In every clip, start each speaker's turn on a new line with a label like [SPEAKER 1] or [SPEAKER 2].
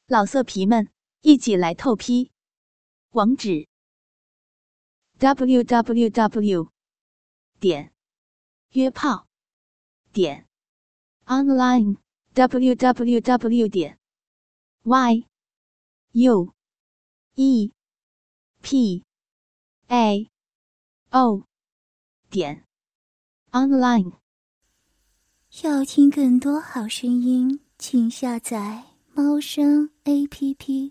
[SPEAKER 1] 老色皮们，一起来透批！网址 www.约炮online www.yuepao.online。
[SPEAKER 2] 要听更多好声音，请下载猫声 APP。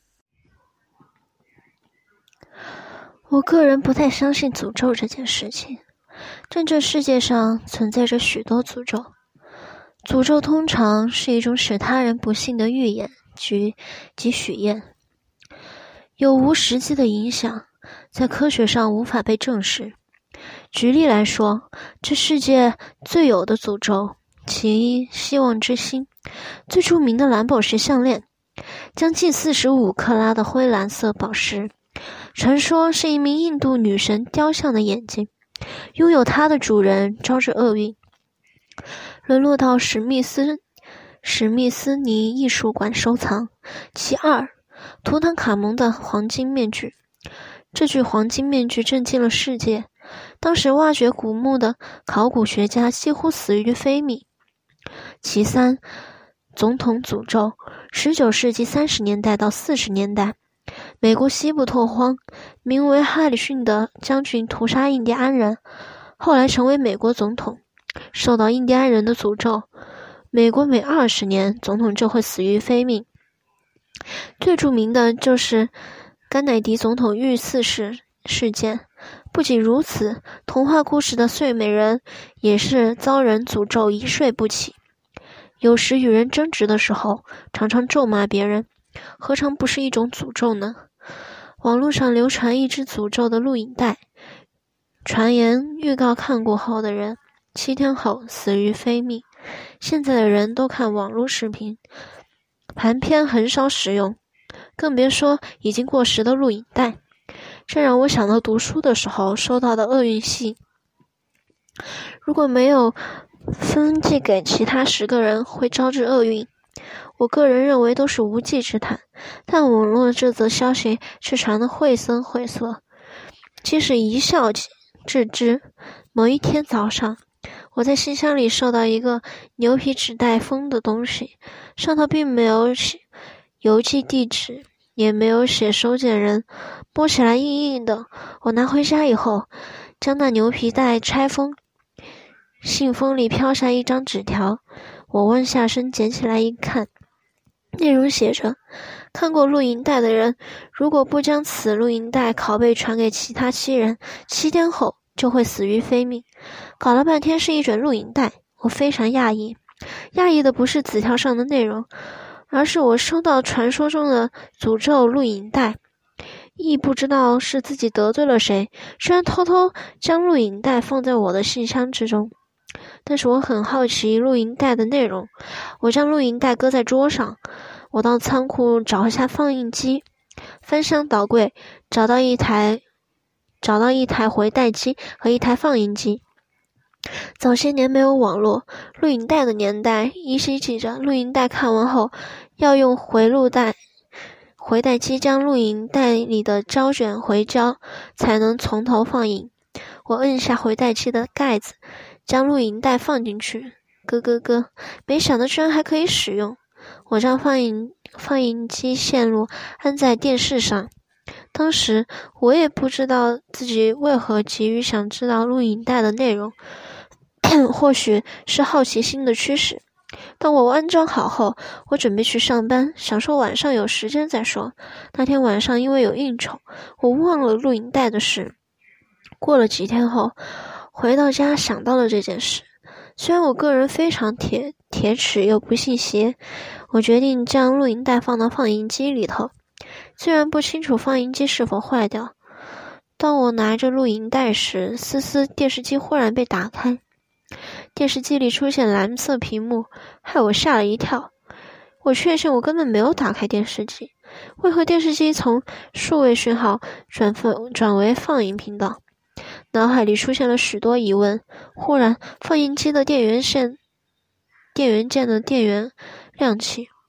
[SPEAKER 3] 我个人不太相信诅咒这件事情，但这世界上存在着许多诅咒。诅咒通常是一种使他人不幸的预言及许愿，有无实际的影响，在科学上无法被证实。举例来说，这世界最有的诅咒，其一，希望之星，最著名的蓝宝石项链，将近45克拉的灰蓝色宝石，传说是一名印度女神雕像的眼睛，拥有它的主人招致厄运，沦落到史密斯尼艺术馆收藏。其二，图坦卡蒙的黄金面具，这具黄金面具震惊了世界，当时挖掘古墓的考古学家几乎死于非命。其三，总统诅咒。19世纪30年代到40年代，美国西部拓荒，名为哈里逊的将军屠杀印第安人，后来成为美国总统，受到印第安人的诅咒，美国每20年总统就会死于非命。最著名的就是甘乃迪总统遇刺事件。不仅如此，童话故事的睡美人也是遭人诅咒一睡不起，有时与人争执的时候常常咒骂别人，何尝不是一种诅咒呢？网络上流传一支诅咒的录影带，传言预告看过后的人7天后死于非命。现在的人都看网络视频，盘片很少使用，更别说已经过时的录影带。这让我想到读书的时候收到的厄运信，如果没有分寄给其他10个人会招致厄运，我个人认为都是无稽之谈，但网络这则消息却传得绘声绘色。即使一笑置之，某一天早上，我在信箱里收到一个牛皮纸袋封的东西，上头并没有写邮寄地址，也没有写收件人，摸起来硬硬的。我拿回家以后，将那牛皮袋拆封，信封里飘下一张纸条，我弯下身捡起来一看，内容写着：看过录影带的人，如果不将此录影带拷贝传给其他7人，7天后就会死于非命。搞了半天是一卷录影带，我非常讶异的不是纸条上的内容，而是我收到传说中的诅咒录影带。亦不知道是自己得罪了谁，居然偷偷将录影带放在我的信箱之中。但是我很好奇录影带的内容，我将录影带搁在桌上，我到仓库找一下放映机，翻箱倒柜，找到一台回带机和一台放映机。早些年没有网络，录影带的年代，依稀记着录影带看完后要用回带机将录影带里的胶卷回胶，才能从头放映。我摁下回带机的盖子，将录影带放进去，咯，没想到居然还可以使用。我将放映机线路安在电视上，当时我也不知道自己为何急于想知道录影带的内容，或许是好奇心的驱使。当我安装好后，我准备去上班，想说晚上有时间再说。那天晚上因为有应酬，我忘了录影带的事。过了几天后，回到家想到了这件事。虽然我个人非常铁齿又不信邪，我决定将录影带放到放映机里头。虽然不清楚放映机是否坏掉，当我拿着录影带时，电视机忽然被打开，电视机里出现蓝色屏幕，害我吓了一跳。我确信我根本没有打开电视机，为何电视机从数位讯号转为放映频道？脑海里出现了许多疑问。忽然，放映机的电源键的电源亮起，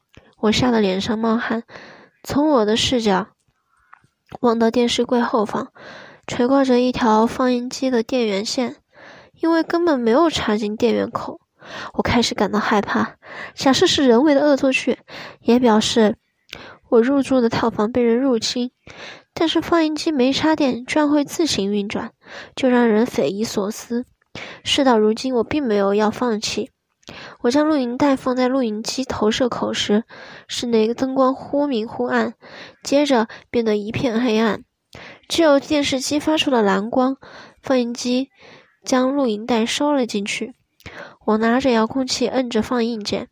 [SPEAKER 3] 我吓得脸上冒汗。从我的视角望到电视柜后方，垂挂着一条放映机的电源线，因为根本没有插进电源口。我开始感到害怕，假设是人为的恶作剧，也表示我入住的套房被人入侵。但是放映机没插电居然会自行运转，就让人匪夷所思。事到如今，我并没有要放弃。我将录影带放在录影机投射口时，室内灯光忽明忽暗，接着变得一片黑暗，只有电视机发出的蓝光。放映机将录影带收了进去，我拿着遥控器摁着放映键，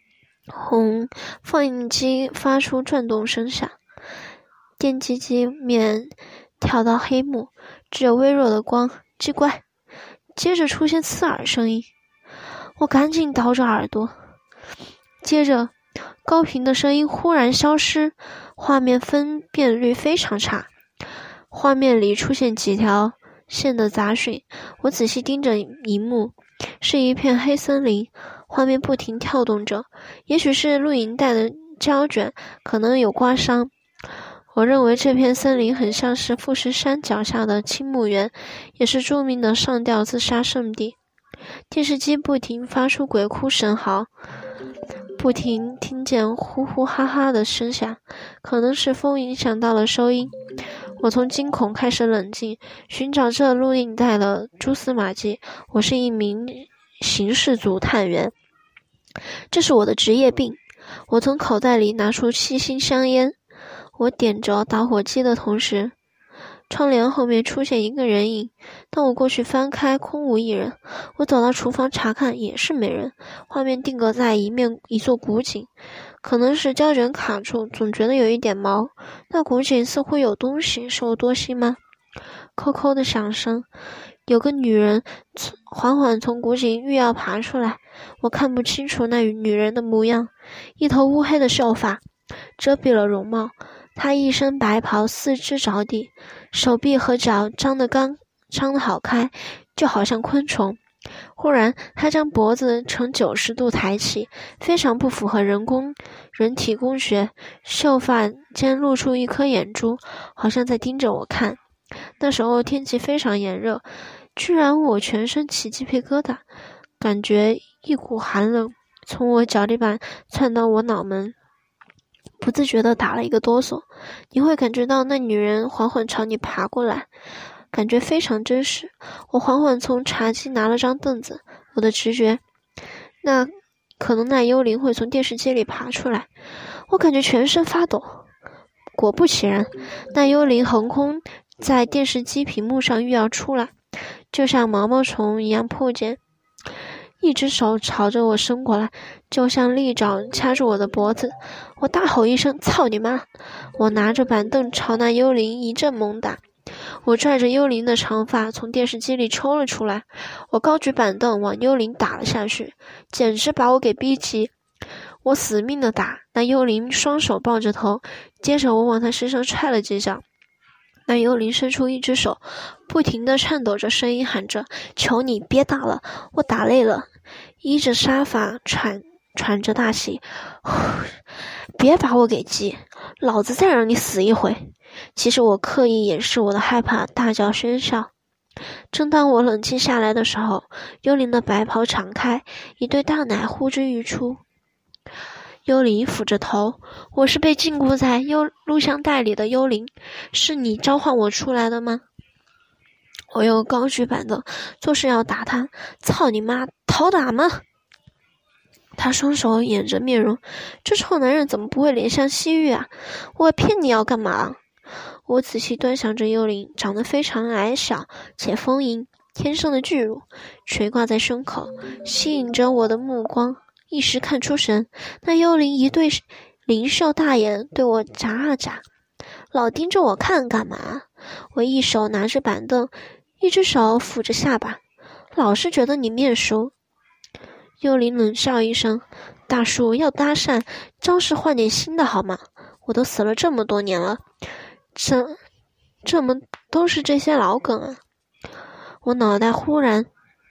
[SPEAKER 3] 放映机发出转动声响，电击机面跳到黑幕，只有微弱的光，奇怪。接着出现刺耳声音，我赶紧倒着耳朵，接着高频的声音忽然消失，画面分辨率非常差，画面里出现几条线的杂讯。我仔细盯着荧幕，是一片黑森林，画面不停跳动着，也许是录影带的胶卷可能有刮伤。我认为这片森林很像是富士山脚下的青木原，也是著名的上吊自杀圣地。电视机不停发出鬼哭神嚎，不停听见呼呼哈哈的声响，可能是风影响到了收音。我从惊恐开始冷静，寻找这录影带的蛛丝马迹。我是一名刑事组探员，这是我的职业病。我从口袋里拿出7星香烟，我点着打火机的同时，窗帘后面出现一个人影。当我过去翻开，空无一人。我走到厨房查看，也是没人。画面定格在一座古井，可能是胶卷卡住，总觉得有一点毛。那古井似乎有东西，是我多心吗？扣扣的响声，有个女人缓缓从古井欲要爬出来，我看不清楚那女人的模样，一头乌黑的秀发遮蔽了容貌。她一身白袍，四肢着地，手臂和脚张得好开，就好像昆虫。忽然她将脖子呈90度抬起，非常不符合人体工学，秀发间露出一颗眼珠，好像在盯着我看。那时候天气非常炎热，居然我全身起鸡皮疙瘩，感觉一股寒冷从我脚底板窜到我脑门，不自觉地打了一个哆嗦。你会感觉到那女人缓缓朝你爬过来，感觉非常真实。我缓缓从茶几拿了张凳子，我的直觉，可能那幽灵会从电视机里爬出来。我感觉全身发抖，果不其然，那幽灵横空在电视机屏幕上欲要出来，就像毛毛虫一样破茧，一只手朝着我伸过来，就像利爪掐住我的脖子。我大吼一声，操你妈！我拿着板凳朝那幽灵一阵猛打，我拽着幽灵的长发从电视机里抽了出来，我高举板凳往幽灵打了下去，简直把我给逼急。我死命的打，那幽灵双手抱着头，接着我往他身上踹了几脚。那幽灵伸出一只手，不停地颤抖着，声音喊着，求你别打了，我打累了，依着沙发喘着大气，别把我给急，老子再让你死一回。其实我刻意掩饰我的害怕，大叫喧嚣。正当我冷静下来的时候，幽灵的白袍敞开，一对大奶呼之欲出。幽灵俯着头，我是被禁锢在录像带里的幽灵，是你召唤我出来的吗？我又高举板凳，做事要打他，操你妈，讨打吗？他双手掩着面容，这臭男人怎么不会怜香惜玉啊？我骗你要干嘛？我仔细端详着幽灵，长得非常矮小且丰盈，天生的巨乳垂挂在胸口，吸引着我的目光。一时看出神，那幽灵一对灵秀大眼对我眨啊眨，老盯着我看干嘛？我一手拿着板凳，一只手抚着下巴，老是觉得你面熟。幽灵冷笑一声，大叔要搭讪，招式换点新的好吗？我都死了这么多年了，这么都是这些老梗啊。我脑袋忽然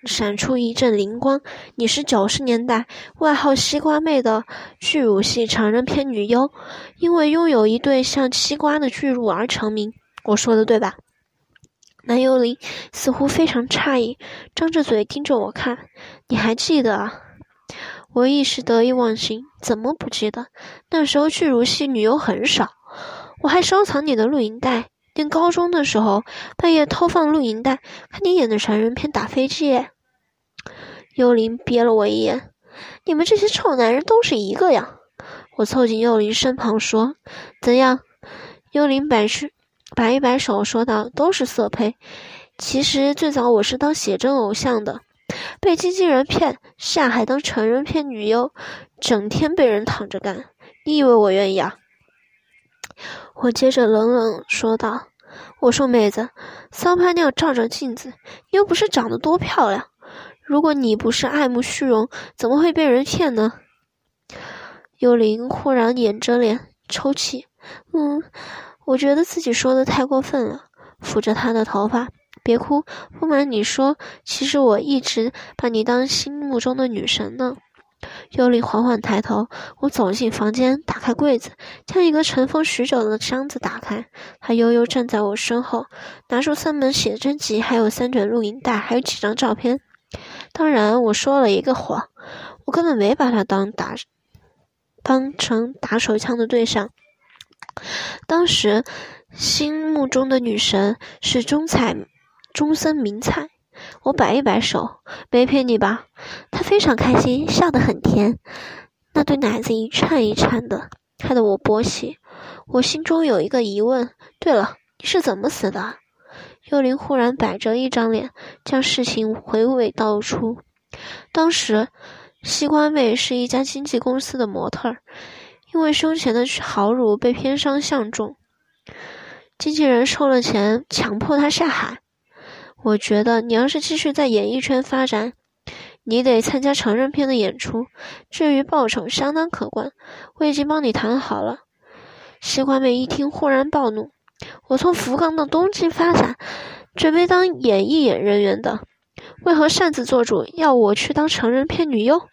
[SPEAKER 3] 闪出一阵灵光，你是90年代外号西瓜妹的巨乳系成人片女优，因为拥有一对像西瓜的巨乳而成名，我说的对吧？南幽灵似乎非常诧异，张着嘴盯着我看。你还记得啊？我一时得意忘形，怎么不记得？那时候巨乳系女优很少，我还收藏你的录影带，念高中的时候半夜偷放录影带，看你演的成人片打飞机耶。幽灵瞥了我一眼，你们这些臭男人都是一个样。我凑近幽灵身旁说，怎样？幽灵摆一摆手说道，都是色胚。其实最早我是当写真偶像的，被经纪人骗，下海当成人片女优，整天被人躺着干。你以为我愿意啊？我接着冷冷说道，我说妹子，骚拍你要照照镜子，你又不是长得多漂亮，如果你不是爱慕虚荣，怎么会被人骗呢？幽灵忽然掩着脸抽泣，我觉得自己说的太过分了，抚着他的头发，别哭，不瞒你说，其实我一直把你当心目中的女神呢。幽灵缓缓抬头，我走进房间，打开柜子，将一个尘封许久的箱子打开，他悠悠站在我身后，拿出3本写真集，还有3卷录影带，还有几张照片。当然我说了一个谎，我根本没把他当成打手枪的对象。当时心目中的女神是中森明菜，我摆一摆手，没骗你吧？她非常开心，笑得很甜，那对奶子一颤一颤的，害得我勃起。我心中有一个疑问，对了，你是怎么死的？幽灵忽然摆着一张脸，将事情娓娓道出。当时西瓜妹是一家经纪公司的模特儿，因为胸前的好乳被偏商相中，经纪人收了钱强迫她下海。我觉得你要是继续在演艺圈发展，你得参加成人片的演出，至于报酬相当可观，我已经帮你谈好了。西瓜妹一听忽然暴怒，我从福冈到东京发展，准备当演艺人员的，为何擅自做主要我去当成人片女优？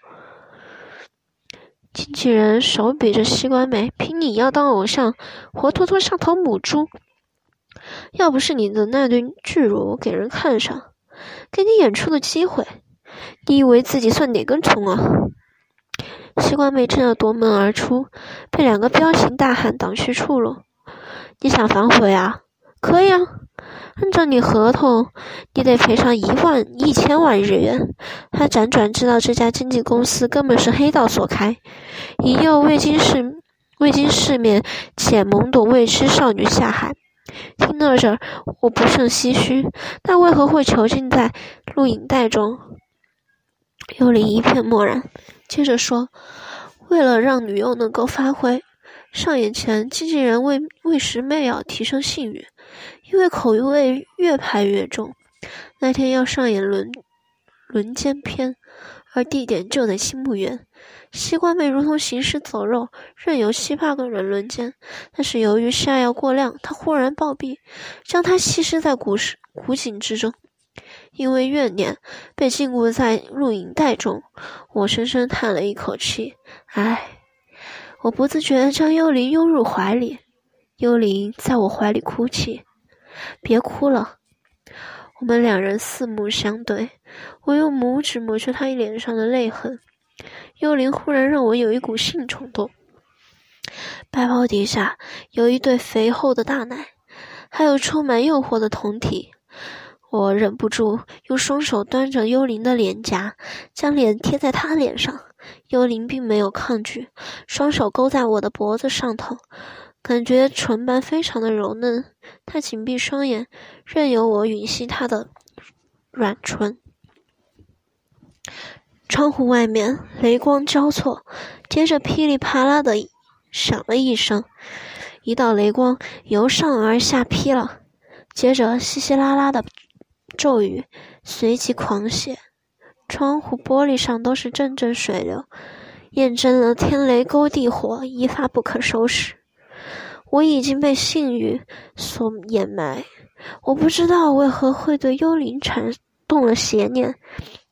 [SPEAKER 3] 经纪人手比着西瓜妹，凭你要当偶像，活脱脱像头母猪。要不是你的那对巨乳给人看上，给你演出的机会，你以为自己算哪根葱啊？西瓜妹正要夺门而出，被2个彪形大汉挡去出路。你想反悔啊？可以啊，按照你合同，你得赔偿1000万日元。他辗转知道这家经纪公司根本是黑道所开，引诱未经世面且懵懂未知少女下海。听到这儿，我不胜唏嘘，那为何会囚禁在录影带中？幽灵一片漠然，接着说，为了让女优能够发挥，上演前经纪人喂食媚药提升性欲，因为口味越拍越重，那天要上演轮奸片，而地点就在新木园。西瓜妹如同行尸走肉，任由7、8个人轮奸，但是由于下药过量，她忽然暴毙，将她弃尸在古井之中。因为怨念被禁锢在录影带中，我深深叹了一口气，唉，我不自觉将幽灵拥入怀里，幽灵在我怀里哭泣。别哭了。我们2人四目相对，我用拇指抹去他脸上的泪痕。幽灵忽然让我有一股性冲动，白袍底下有一对肥厚的大奶，还有充满诱惑的胴体。我忍不住用双手端着幽灵的脸颊，将脸贴在他脸上。幽灵并没有抗拒，双手勾在我的脖子上头，感觉唇瓣非常的柔嫩。他紧闭双眼，任由我吮吸他的软唇。窗户外面雷光交错，接着噼里啪啦的响了一声，一道雷光由上而下劈了，接着稀稀拉拉的骤雨随即狂泻，窗户玻璃上都是阵阵水流，验证了天雷勾地火，一发不可收拾。我已经被性欲所掩埋，我不知道为何会对幽灵产动了邪念，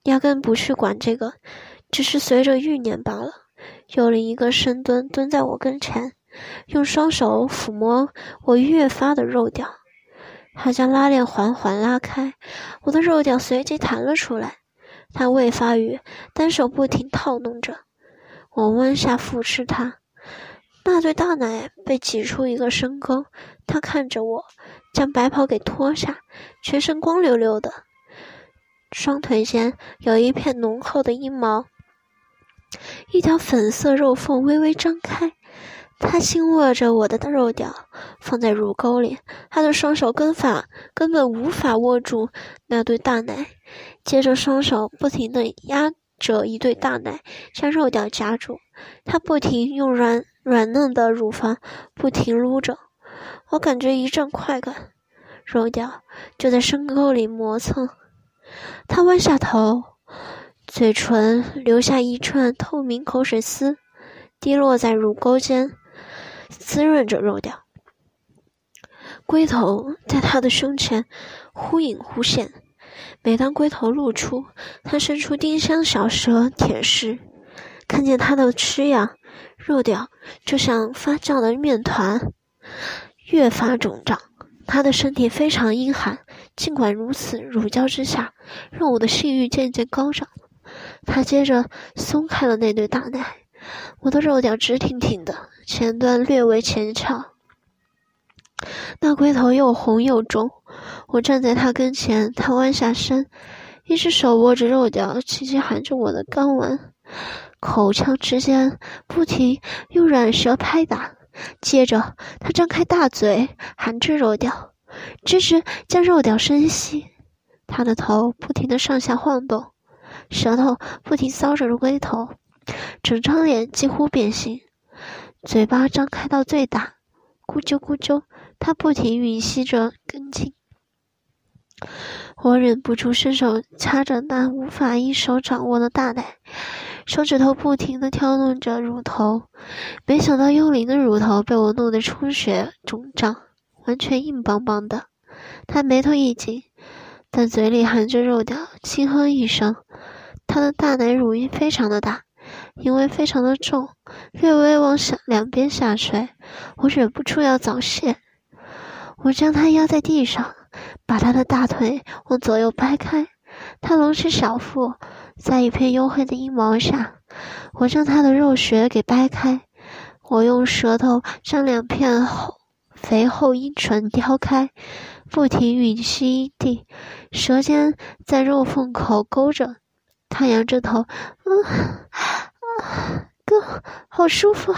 [SPEAKER 3] 压根不去管这个，只是随着欲念罢了。幽灵一个深蹲蹲在我跟前，用双手抚摸我越发的肉屌。他将拉链缓缓拉开，我的肉屌随即弹了出来。他未发育，单手不停套弄着。我弯下俯视他，那对大奶被挤出一个深沟。他看着我，将白袍给脱下，全身光溜溜的，双腿间有一片浓厚的阴毛，一条粉色肉缝微微张开。他轻握着我的肉屌，放在乳沟里，他的双手根本无法握住那对大奶，接着双手不停地压着一对大奶，将肉屌夹住。他不停用软嫩的乳房不停撸着，我感觉一阵快感，肉屌就在深沟里磨蹭。他弯下头，嘴唇留下一串透明口水丝，滴落在乳沟间，滋润着肉屌。龟头在他的胸前忽隐忽现，每当龟头露出，他伸出丁香小舌舔舐，看见他的吃样，肉屌就像发酵的面团，越发肿胀。他的身体非常阴寒，尽管如此，乳胶之下让我的性欲渐渐高涨。他接着松开了那对大奶，我的肉屌直挺挺的，前端略微前翘，那龟头又红又重。我站在他跟前，他弯下身，一只手握着肉屌，轻轻含着我的肛门，口腔之间不停用软舌拍打。接着他张开大嘴，含着肉屌，直直将肉屌深吸。他的头不停地上下晃动，舌头不停搔着龟头，整张脸几乎变形，嘴巴张开到最大，咕啾咕啾，他不停吮吸着根茎。我忍不住伸手掐着那无法一手掌握的大奶，手指头不停地挑弄着乳头。没想到幽灵的乳头被我弄得充血肿胀，完全硬邦邦的。他眉头一紧，但嘴里含着肉屌，轻哼一声。他的大奶乳晕非常的大，因为非常的重，略微往两边下垂，我忍不住要早泄。我将他压在地上，把他的大腿往左右掰开，他隆起小腹，在一片黝黑的阴毛下，我将他的肉穴给掰开。我用舌头将两片肥厚阴唇挑开，不停吮吸阴蒂，舌尖在肉缝口勾着。他仰着头，哥，好舒服。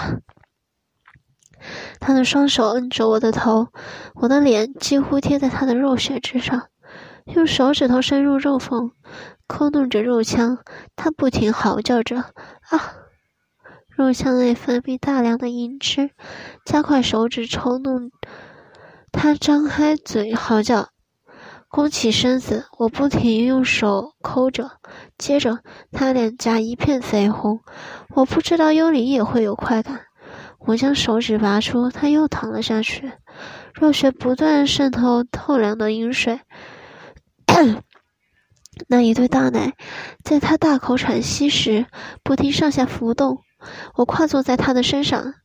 [SPEAKER 3] 他的双手摁着我的头，我的脸几乎贴在他的肉穴之上，用手指头深入肉缝，抠弄着肉腔。他不停嚎叫着，肉腔内分泌大量的银汁，加快手指抽弄。他张开嘴嚎叫，弓起身子，我不停用手抠着，接着他脸颊一片绯红。我不知道幽灵也会有快感。我将手指拔出，他又躺了下去，肉穴不断渗透透凉的饮水。那一对大奶在他大口喘息时不停上下浮动。我跨坐在他的身上，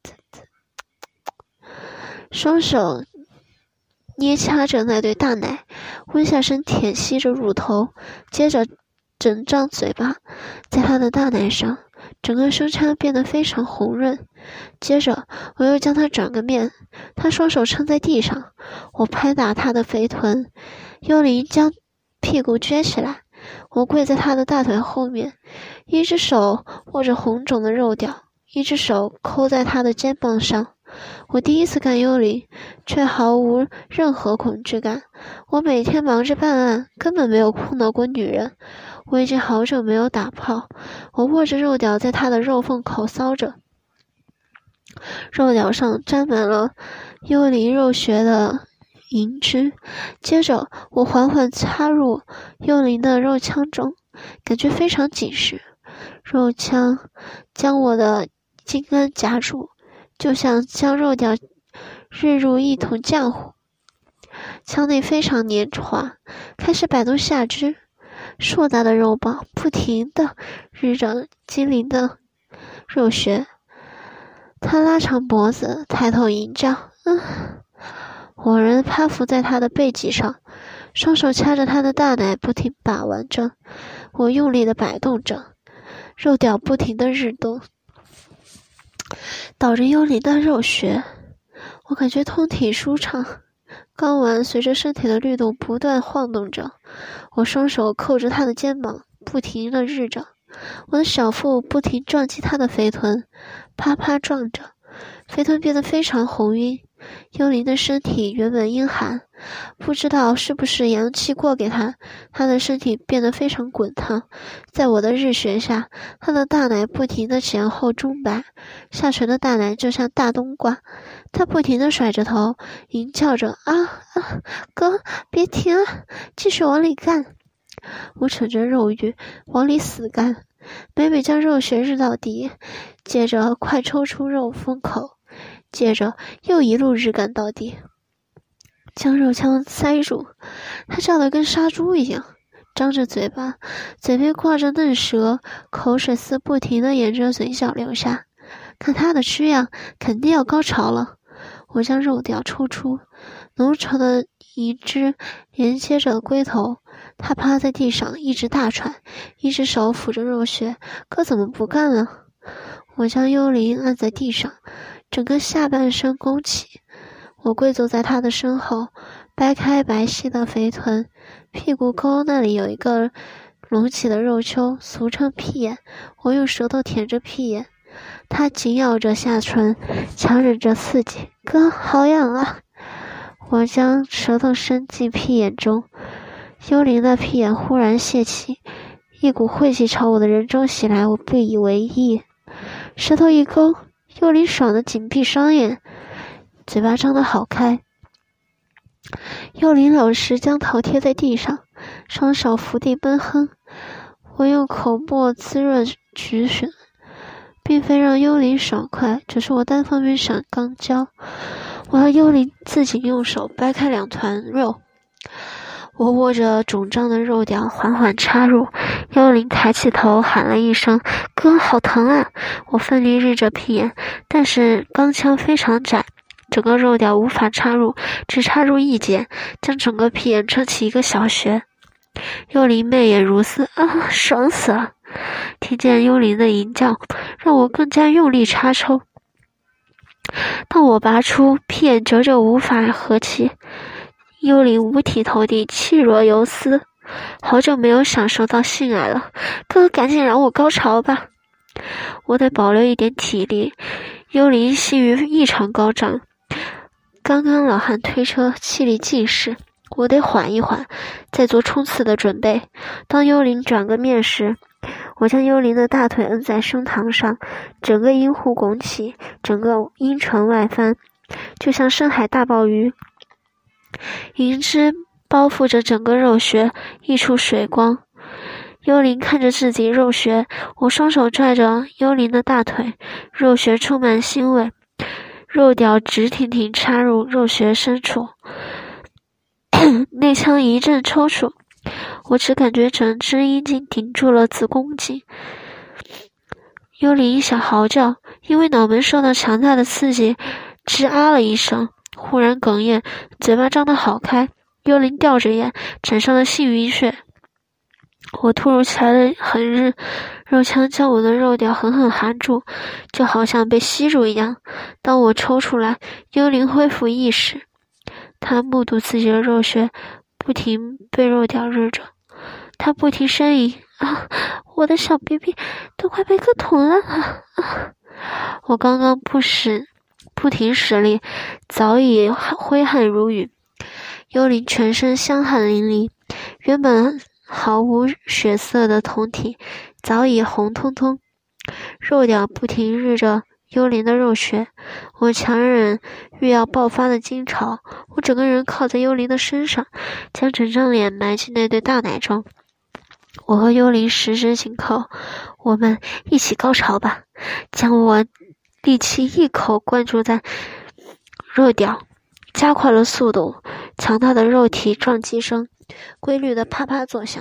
[SPEAKER 3] 双手捏掐着那对大奶，温下身舔吸着乳头，接着整张嘴巴在他的大奶上，整个胸腔变得非常红润。接着我又将他转个面，他双手撑在地上，我拍打他的肥臀。幽灵将屁股撅起来，我跪在他的大腿后面，一只手握着红肿的肉屌，一只手扣在他的肩膀上。我第一次干幽灵，却毫无任何恐惧感。我每天忙着办案，根本没有碰到过女人。我已经好久没有打炮。我握着肉屌在他的肉缝口搔着，肉屌上沾满了幽灵肉穴的银汁。接着我缓缓插入幽灵的肉腔中，感觉非常紧实。肉腔将我的茎根夹住，就像将肉屌日入一桶浆糊。腔内非常黏滑，开始摆动下肢， 硕大的肉棒不停地日着精灵的肉穴。他拉长脖子，抬头吟叫，我人趴伏在他的背脊上，双手掐着他的大奶不停把玩着，我用力地摆动着，肉屌不停地日动，导着幽灵的肉穴。我感觉通体舒畅，睾丸随着身体的律动不断晃动着，我双手扣着他的肩膀，不停地日着，我的小腹不停撞击他的肥臀，啪啪撞着，肥臀变得非常红晕。幽灵的身体原本阴寒，不知道是不是阳气过给他的身体变得非常滚烫，在我的日穴下，他的大奶不停地前后钟摆，下垂的大奶就像大冬瓜，他不停地甩着头，吟叫着哥别停啊，继续往里干。我扯着肉欲往里死干，每每将肉穴日到底，接着快抽出肉封口，接着又一路日干到底，将肉腔塞住。他叫得跟杀猪一样，张着嘴巴，嘴边挂着嫩舌，口水丝不停地沿着嘴角流下。看他的吃样，肯定要高潮了。我将肉屌抽出，浓稠的一只连接着龟头，他趴在地上一直大喘，一只手抚着肉穴，哥怎么不干了？我将幽灵按在地上，整个下半身弓起，我跪坐在他的身后，掰开白皙的肥臀，屁股沟那里有一个隆起的肉丘，俗称屁眼，我用舌头舔着屁眼，他紧咬着下唇，强忍着刺激，哥好痒啊！我将舌头伸进屁眼中，幽灵的屁眼忽然泄气，一股晦气朝我的人中袭来，我不以为意，舌头一勾，幽灵爽得紧闭双眼，嘴巴张得好开。幽灵老实将头贴在地上，双手伏地奔哼，我用口沫滋润取吮，并非让幽灵爽快，只是我单方面想肛交。我要幽灵自己用手掰开两团肉，我握着肿胀的肉屌缓缓插入，幽灵抬起头喊了一声，哥好疼啊！我奋力日着屁眼，但是肛腔非常窄，整个肉屌无法插入，只插入一节，将整个屁眼撑起一个小穴。幽灵媚眼如丝，爽死了！听见幽灵的吟叫，让我更加用力插抽。当我拔出，屁眼久久无法合气，幽灵五体投地，气若游丝。好久没有享受到性爱了，哥赶紧让我高潮吧！我得保留一点体力，幽灵性欲异常高涨，刚刚老汉推车，气力尽失，我得缓一缓，再做冲刺的准备。当幽灵转个面时，我将幽灵的大腿摁在胸膛上，整个阴户拱起，整个阴唇外翻，就像深海大鲍鱼，银汁包覆着整个肉穴，溢出水光。幽灵看着自己肉穴，我双手拽着幽灵的大腿，肉穴充满腥味，肉屌直挺挺插入肉穴深处，内腔一阵抽搐，我只感觉整只阴茎顶住了子宫颈。幽灵一小嚎叫，因为脑门受到强大的刺激，吱啊了一声，忽然哽咽，嘴巴张得好开。幽灵吊着眼，产生了性晕血。我突如其来的狠日，肉枪将我的肉屌狠狠含住，就好像被吸住一样。当我抽出来，幽灵恢复意识，他目睹自己的肉穴不停被肉屌日着，他不停呻吟，我的小逼逼都快被割捅了我刚刚不停使力，早已挥汗如雨。幽灵全身香汗淋漓，原本毫无血色的胴体早已红彤彤，肉屌不停日着幽灵的肉穴，我强忍欲要爆发的惊潮，我整个人靠在幽灵的身上，将整张脸埋进那对大奶中。我和幽灵十指紧扣，我们一起高潮吧！将我力气一口灌注在肉屌，加快了速度，强大的肉体撞击声规律的啪啪作响，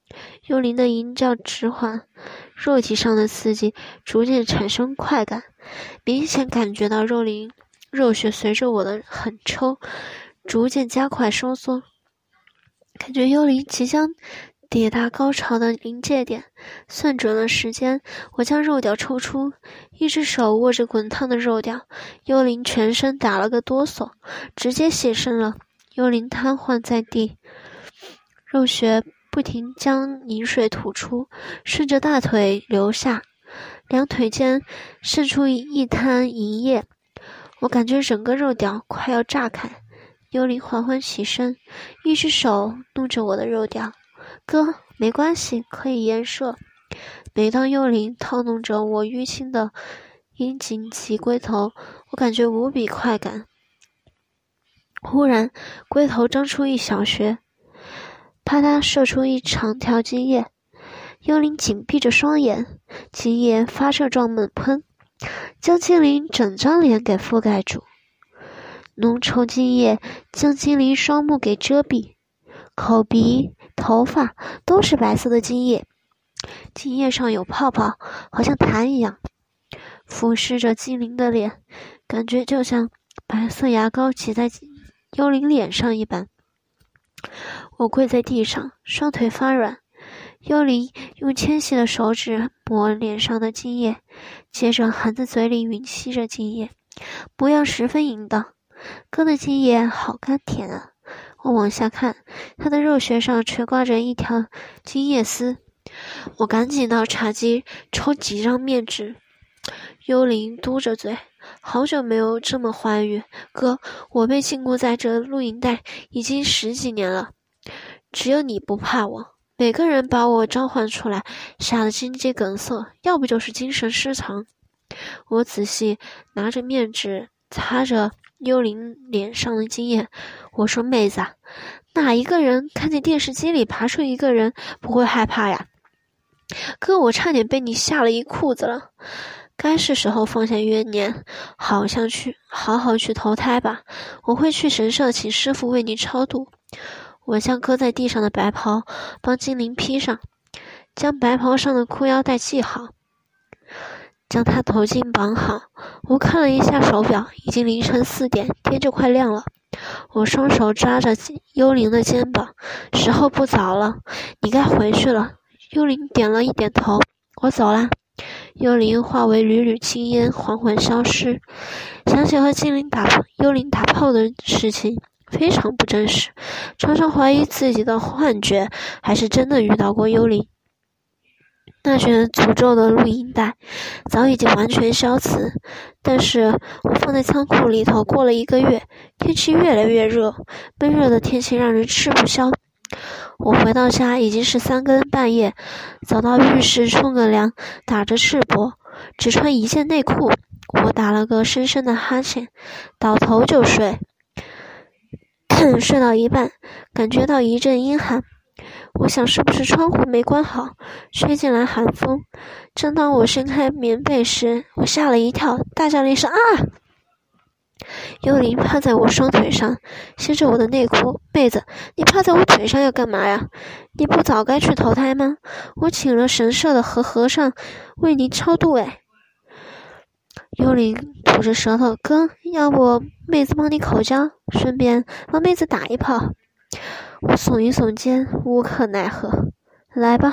[SPEAKER 3] 幽灵的吟叫迟缓，肉体上的刺激逐渐产生快感，明显感觉到肉血随着我的狠抽逐渐加快收缩，感觉幽灵即将抵达高潮的临界点。算准了时间，我将肉屌抽出，一只手握着滚烫的肉屌，幽灵全身打了个哆嗦，直接现身了。幽灵瘫痪在地，肉血不停将凝水吐出，顺着大腿流下，两腿间渗出一滩银液，我感觉整个肉屌快要炸开。幽灵缓缓起身，一只手弄着我的肉屌，哥，没关系，可以延射。每当幽灵套弄着我淤青的阴茎及龟头，我感觉无比快感。忽然龟头张出一小穴，啪嗒射出一长条精液，幽灵紧闭着双眼，精液发射状猛喷，将精灵整张脸给覆盖住，浓稠精液将精灵双目给遮蔽，口鼻头发都是白色的精液，精液上有泡泡，好像痰一样，俯视着精灵的脸，感觉就像白色牙膏挤在幽灵脸上一般。我跪在地上，双腿发软，幽灵用纤细的手指抹脸上的精液，接着含在嘴里吮吸着精液，模样十分淫荡。哥的精液好甘甜啊！我往下看，他的肉穴上垂挂着一条精液丝，我赶紧到茶几抽几张面纸。幽灵嘟着嘴，好久没有这么欢愉，哥，我被禁锢在这录影带已经10几年了，只有你不怕我。每个人把我召唤出来，吓得心肌梗塞，要不就是精神失常。我仔细拿着面纸擦着幽灵脸上的精液，我说，妹子啊，哪一个人看见电视机里爬出一个人不会害怕呀？哥，我差点被你吓了一裤子了。该是时候放下怨念，好好去投胎吧。我会去神社请师傅为你超度。我将搁在地上的白袍帮精灵披上，将白袍上的裤腰带系好，将它头巾绑好。我看了一下手表，已经凌晨4点，天就快亮了。我双手抓着幽灵的肩膀，时候不早了，你该回去了。幽灵点了一点头，我走啦。幽灵化为缕缕青烟，缓缓消失。想起和幽灵打炮的事情，非常不真实，常常怀疑自己的幻觉，还是真的遇到过幽灵。那卷诅咒的录音带早已经完全消磁，但是我放在仓库里头过了1个月，天气越来越热，闷热的天气让人吃不消。我回到家已经是3更半夜，走到浴室冲个凉，打着赤膊，只穿一件内裤。我打了个深深的哈欠，倒头就睡。睡到一半，感觉到一阵阴寒，我想是不是窗户没关好，吹进来寒风。正当我伸开棉被时，我吓了一跳，大叫了一声啊！幽灵趴在我双腿上，掀着我的内裤。妹子，你趴在我腿上要干嘛呀？你不早该去投胎吗？我请了神社的和尚为你超度哎。幽灵吐着舌头，哥，要不妹子帮你口交，顺便帮妹子打一炮。我耸一耸肩，无可奈何。来吧。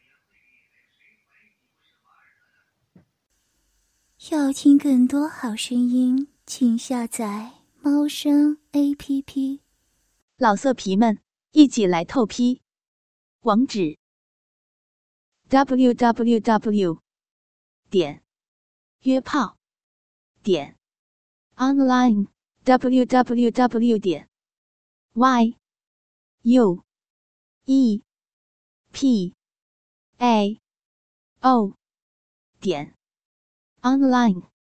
[SPEAKER 2] 要听更多好声音，请下载猫声 APP。
[SPEAKER 1] 老色皮们，一起来透批！网址 www.约炮online www.yuepao.online